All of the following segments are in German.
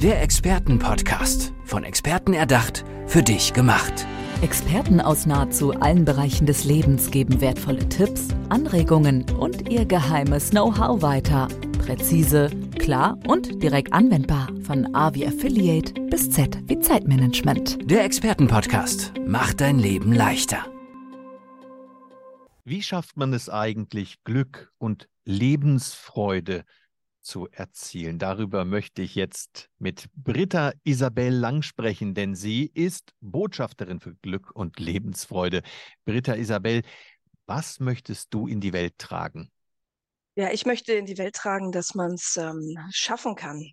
Der Expertenpodcast. Von Experten erdacht, für dich gemacht. Experten aus nahezu allen Bereichen des Lebens geben wertvolle Tipps, Anregungen und ihr geheimes Know-how weiter. Präzise, klar und direkt anwendbar. Von A wie Affiliate bis Z wie Zeitmanagement. Der Expertenpodcast macht dein Leben leichter. Wie schafft man es eigentlich, Glück und Lebensfreude zu erzielen? Darüber möchte ich jetzt mit Britta Isabel Lang sprechen, denn sie ist Botschafterin für Glück und Lebensfreude. Britta Isabel, was möchtest du in die Welt tragen? Ja, ich möchte in die Welt tragen, dass man es schaffen kann,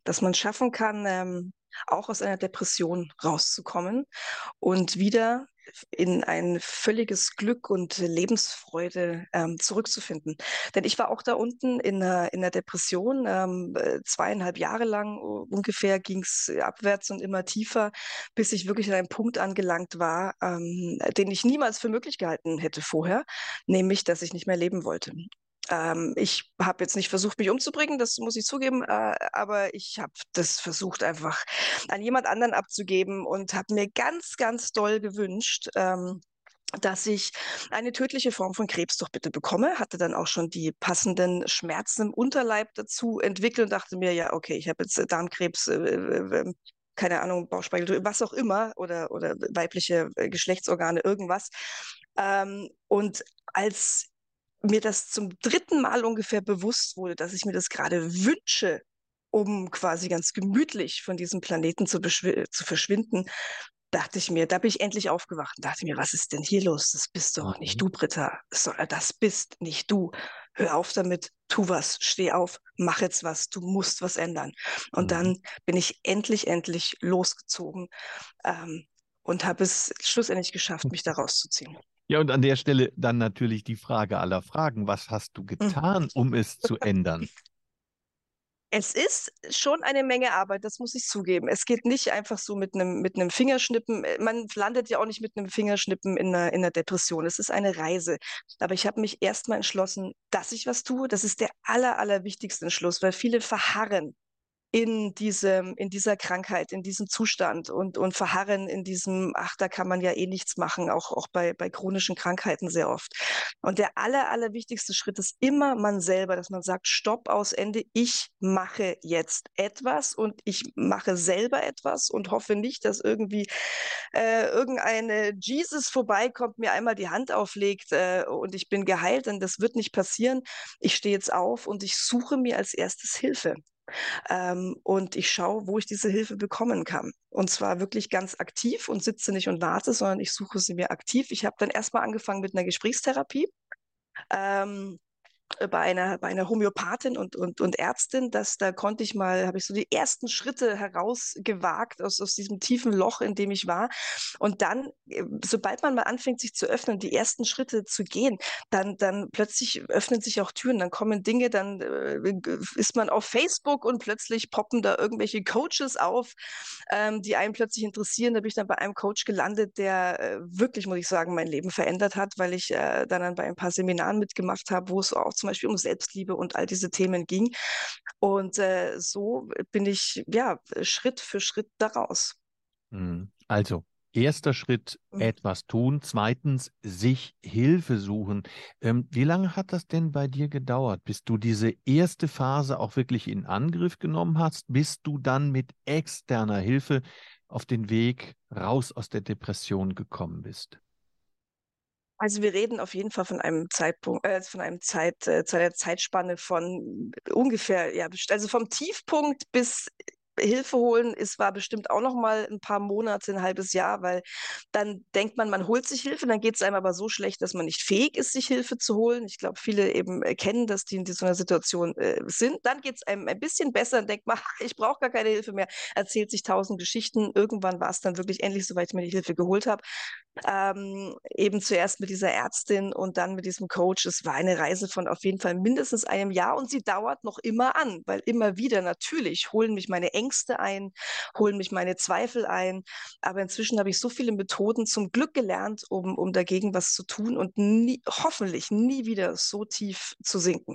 auch aus einer Depression rauszukommen und wieder in ein völliges Glück und Lebensfreude zurückzufinden. Denn ich war auch da unten in einer Depression, 2,5 Jahre lang ungefähr ging es abwärts und immer tiefer, bis ich wirklich an einem Punkt angelangt war, den ich niemals für möglich gehalten hätte vorher, nämlich, dass ich nicht mehr leben wollte. Ich habe jetzt nicht versucht, mich umzubringen, das muss ich zugeben, aber ich habe das versucht, einfach an jemand anderen abzugeben und habe mir ganz, ganz doll gewünscht, dass ich eine tödliche Form von Krebs doch bitte bekomme. Hatte dann auch schon die passenden Schmerzen im Unterleib dazu entwickelt und dachte mir, ja, okay, ich habe jetzt Darmkrebs, keine Ahnung, Bauchspeicheldrüse, was auch immer, oder weibliche Geschlechtsorgane, irgendwas. Und als mir das zum 3. Mal ungefähr bewusst wurde, dass ich mir das gerade wünsche, um quasi ganz gemütlich von diesem Planeten zu verschwinden, dachte ich mir, da bin ich endlich aufgewacht und dachte mir, was ist denn hier los? Das bist doch nicht du, Britta. Das bist nicht du. Hör auf damit, tu was, steh auf, mach jetzt was, du musst was ändern. Und dann bin ich endlich losgezogen und habe es schlussendlich geschafft, mich da rauszuziehen. Ja, und an der Stelle dann natürlich die Frage aller Fragen. Was hast du getan, um es zu ändern? Es ist schon eine Menge Arbeit, das muss ich zugeben. Es geht nicht einfach so mit einem Fingerschnippen. Man landet ja auch nicht mit einem Fingerschnippen in einer Depression. Es ist eine Reise. Aber ich habe mich erst mal entschlossen, dass ich was tue. Das ist der allerwichtigste Entschluss, weil viele verharren in dieser Krankheit, in diesem Zustand und verharren in diesem, ach, da kann man ja eh nichts machen, auch bei chronischen Krankheiten sehr oft. Und der allerwichtigste Schritt ist immer man selber, dass man sagt, Stopp, aus Ende, ich mache jetzt etwas und ich mache selber etwas und hoffe nicht, dass irgendwie irgendeine Jesus vorbeikommt, mir einmal die Hand auflegt und ich bin geheilt, denn das wird nicht passieren. Ich stehe jetzt auf und ich suche mir als erstes Hilfe. Und ich schaue, wo ich diese Hilfe bekommen kann. Und zwar wirklich ganz aktiv und sitze nicht und warte, sondern ich suche sie mir aktiv. Ich habe dann erstmal angefangen mit einer Gesprächstherapie. Bei einer Homöopathin und Ärztin, da habe ich so die ersten Schritte herausgewagt aus diesem tiefen Loch, in dem ich war. Und dann, sobald man mal anfängt, sich zu öffnen, die ersten Schritte zu gehen, dann plötzlich öffnen sich auch Türen, dann kommen Dinge, dann ist man auf Facebook und plötzlich poppen da irgendwelche Coaches auf, die einen plötzlich interessieren. Da bin ich dann bei einem Coach gelandet, der wirklich, muss ich sagen, mein Leben verändert hat, weil ich dann bei ein paar Seminaren mitgemacht habe, wo es auch zum Beispiel um Selbstliebe und all diese Themen ging. Und so bin ich ja Schritt für Schritt daraus. Also, erster Schritt, etwas tun. Zweitens, sich Hilfe suchen. Wie lange hat das denn bei dir gedauert, bis du diese erste Phase auch wirklich in Angriff genommen hast, bis du dann mit externer Hilfe auf den Weg raus aus der Depression gekommen bist? Also wir reden auf jeden Fall von einem Zeitpunkt, zu einer Zeitspanne von ungefähr, ja, also vom Tiefpunkt bis Hilfe holen, war bestimmt auch noch mal ein paar Monate, ein halbes Jahr, weil dann denkt man holt sich Hilfe, dann geht es einem aber so schlecht, dass man nicht fähig ist, sich Hilfe zu holen. Ich glaube, viele eben erkennen, dass die in so einer Situation sind. Dann geht es einem ein bisschen besser und denkt man, ich brauche gar keine Hilfe mehr, erzählt sich 1000 Geschichten. Irgendwann war es dann wirklich endlich soweit, ich mir die Hilfe geholt habe. Eben zuerst mit dieser Ärztin und dann mit diesem Coach. Es war eine Reise von auf jeden Fall mindestens einem Jahr und sie dauert noch immer an, weil immer wieder natürlich holen mich meine Ängste ein, holen mich meine Zweifel ein. Aber inzwischen habe ich so viele Methoden zum Glück gelernt, um dagegen was zu tun und hoffentlich nie wieder so tief zu sinken.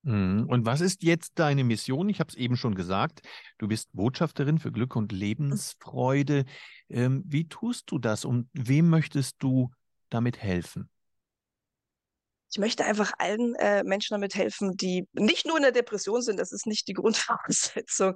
Und was ist jetzt deine Mission? Ich habe es eben schon gesagt, du bist Botschafterin für Glück und Lebensfreude. Wie tust du das und wem möchtest du damit helfen? Ich möchte einfach allen Menschen damit helfen, die nicht nur in der Depression sind, das ist nicht die Grundvoraussetzung.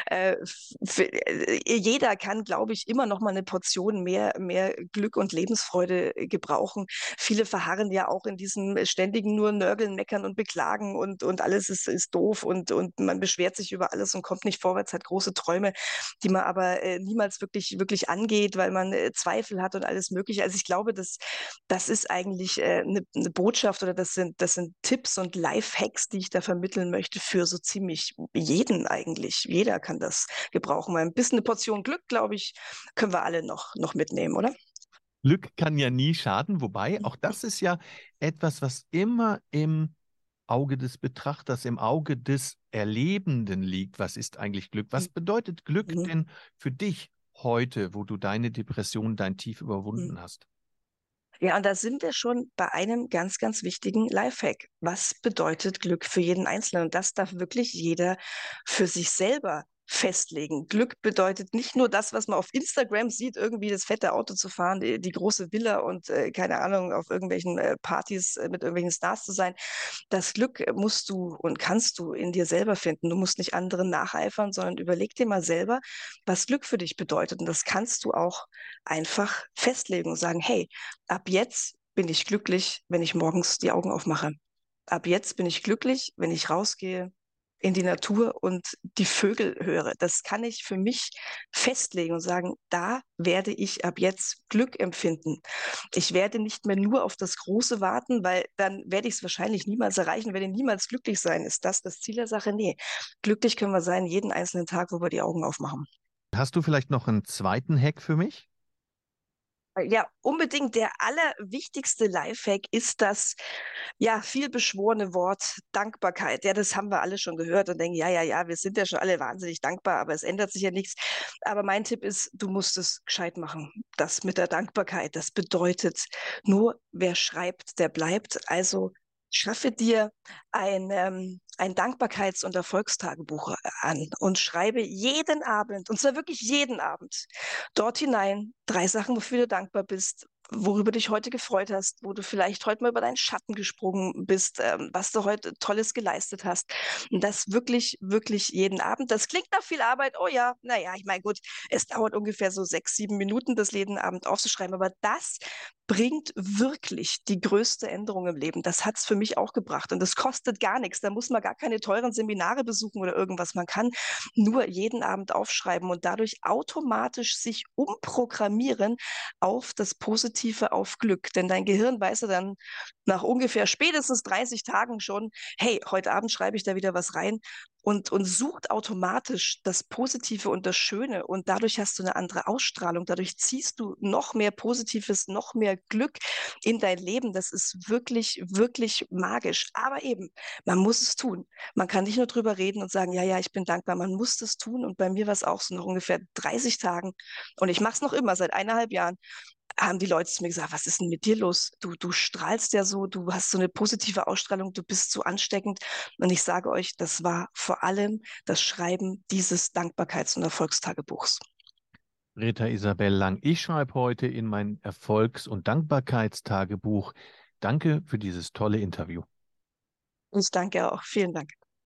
Jeder kann, glaube ich, immer noch mal eine Portion mehr Glück und Lebensfreude gebrauchen. Viele verharren ja auch in diesem ständigen nur Nörgeln, Meckern und Beklagen und alles ist doof und man beschwert sich über alles und kommt nicht vorwärts, hat große Träume, die man aber niemals wirklich angeht, weil man Zweifel hat und alles Mögliche. Also ich glaube, das ist eigentlich eine Botschaft oder das sind Tipps und Lifehacks, die ich da vermitteln möchte für so ziemlich jeden eigentlich. Jeder kann das gebrauchen. Weil ein bisschen eine Portion Glück, glaube ich, können wir alle noch mitnehmen, oder? Glück kann ja nie schaden, wobei auch das ist ja etwas, was immer im Auge des Betrachters, im Auge des Erlebenden liegt. Was ist eigentlich Glück? Was bedeutet Glück Mhm. denn für dich heute, wo du deine Depression, dein Tief Mhm. überwunden hast? Ja, und da sind wir schon bei einem ganz wichtigen Lifehack. Was bedeutet Glück für jeden Einzelnen? Und das darf wirklich jeder für sich selber festlegen. Glück bedeutet nicht nur das, was man auf Instagram sieht, irgendwie das fette Auto zu fahren, die große Villa und keine Ahnung, auf irgendwelchen Partys mit irgendwelchen Stars zu sein. Das Glück musst du und kannst du in dir selber finden. Du musst nicht anderen nacheifern, sondern überleg dir mal selber, was Glück für dich bedeutet. Und das kannst du auch einfach festlegen und sagen, hey, ab jetzt bin ich glücklich, wenn ich morgens die Augen aufmache. Ab jetzt bin ich glücklich, wenn ich rausgehe in die Natur und die Vögel höre. Das kann ich für mich festlegen und sagen, da werde ich ab jetzt Glück empfinden. Ich werde nicht mehr nur auf das Große warten, weil dann werde ich es wahrscheinlich niemals erreichen, werde niemals glücklich sein. Ist das Ziel der Sache? Nee. Glücklich können wir sein jeden einzelnen Tag, wo wir die Augen aufmachen. Hast du vielleicht noch einen zweiten Hack für mich? Ja, unbedingt der allerwichtigste Lifehack ist das ja viel beschworene Wort Dankbarkeit. Ja, das haben wir alle schon gehört und denken, ja, wir sind ja schon alle wahnsinnig dankbar, aber es ändert sich ja nichts. Aber mein Tipp ist, du musst es gescheit machen. Das mit der Dankbarkeit, das bedeutet, nur wer schreibt, der bleibt. Also schaffe dir ein Dankbarkeits- und Erfolgstagebuch an und schreibe jeden Abend, und zwar wirklich jeden Abend, dort hinein 3 Sachen, wofür du dankbar bist, worüber du dich heute gefreut hast, wo du vielleicht heute mal über deinen Schatten gesprungen bist, was du heute Tolles geleistet hast. Und das wirklich jeden Abend. Das klingt nach viel Arbeit. Oh ja, naja, ich meine, gut, es dauert ungefähr so 6, 7 Minuten, das jeden Abend aufzuschreiben. Aber das bringt wirklich die größte Änderung im Leben. Das hat es für mich auch gebracht. Und das kostet gar nichts. Da muss man gar keine teuren Seminare besuchen oder irgendwas. Man kann nur jeden Abend aufschreiben und dadurch automatisch sich umprogrammieren auf das Positive, auf Glück. Denn dein Gehirn weiß ja dann nach ungefähr spätestens 30 Tagen schon, hey, heute Abend schreibe ich da wieder was rein und sucht automatisch das Positive und das Schöne. Und dadurch hast du eine andere Ausstrahlung. Dadurch ziehst du noch mehr Positives, noch mehr Glück in dein Leben. Das ist wirklich magisch. Aber eben, man muss es tun. Man kann nicht nur drüber reden und sagen, ja, ich bin dankbar. Man muss das tun. Und bei mir war es auch so nach ungefähr 30 Tagen. Und ich mache es noch immer seit 1,5 Jahren, haben die Leute zu mir gesagt, was ist denn mit dir los? Du strahlst ja so, du hast so eine positive Ausstrahlung, du bist so ansteckend. Und ich sage euch, das war vor allem das Schreiben dieses Dankbarkeits- und Erfolgstagebuchs. Rita Isabel Lang, ich schreibe heute in mein Erfolgs- und Dankbarkeitstagebuch. Danke für dieses tolle Interview. Ich danke auch. Vielen Dank.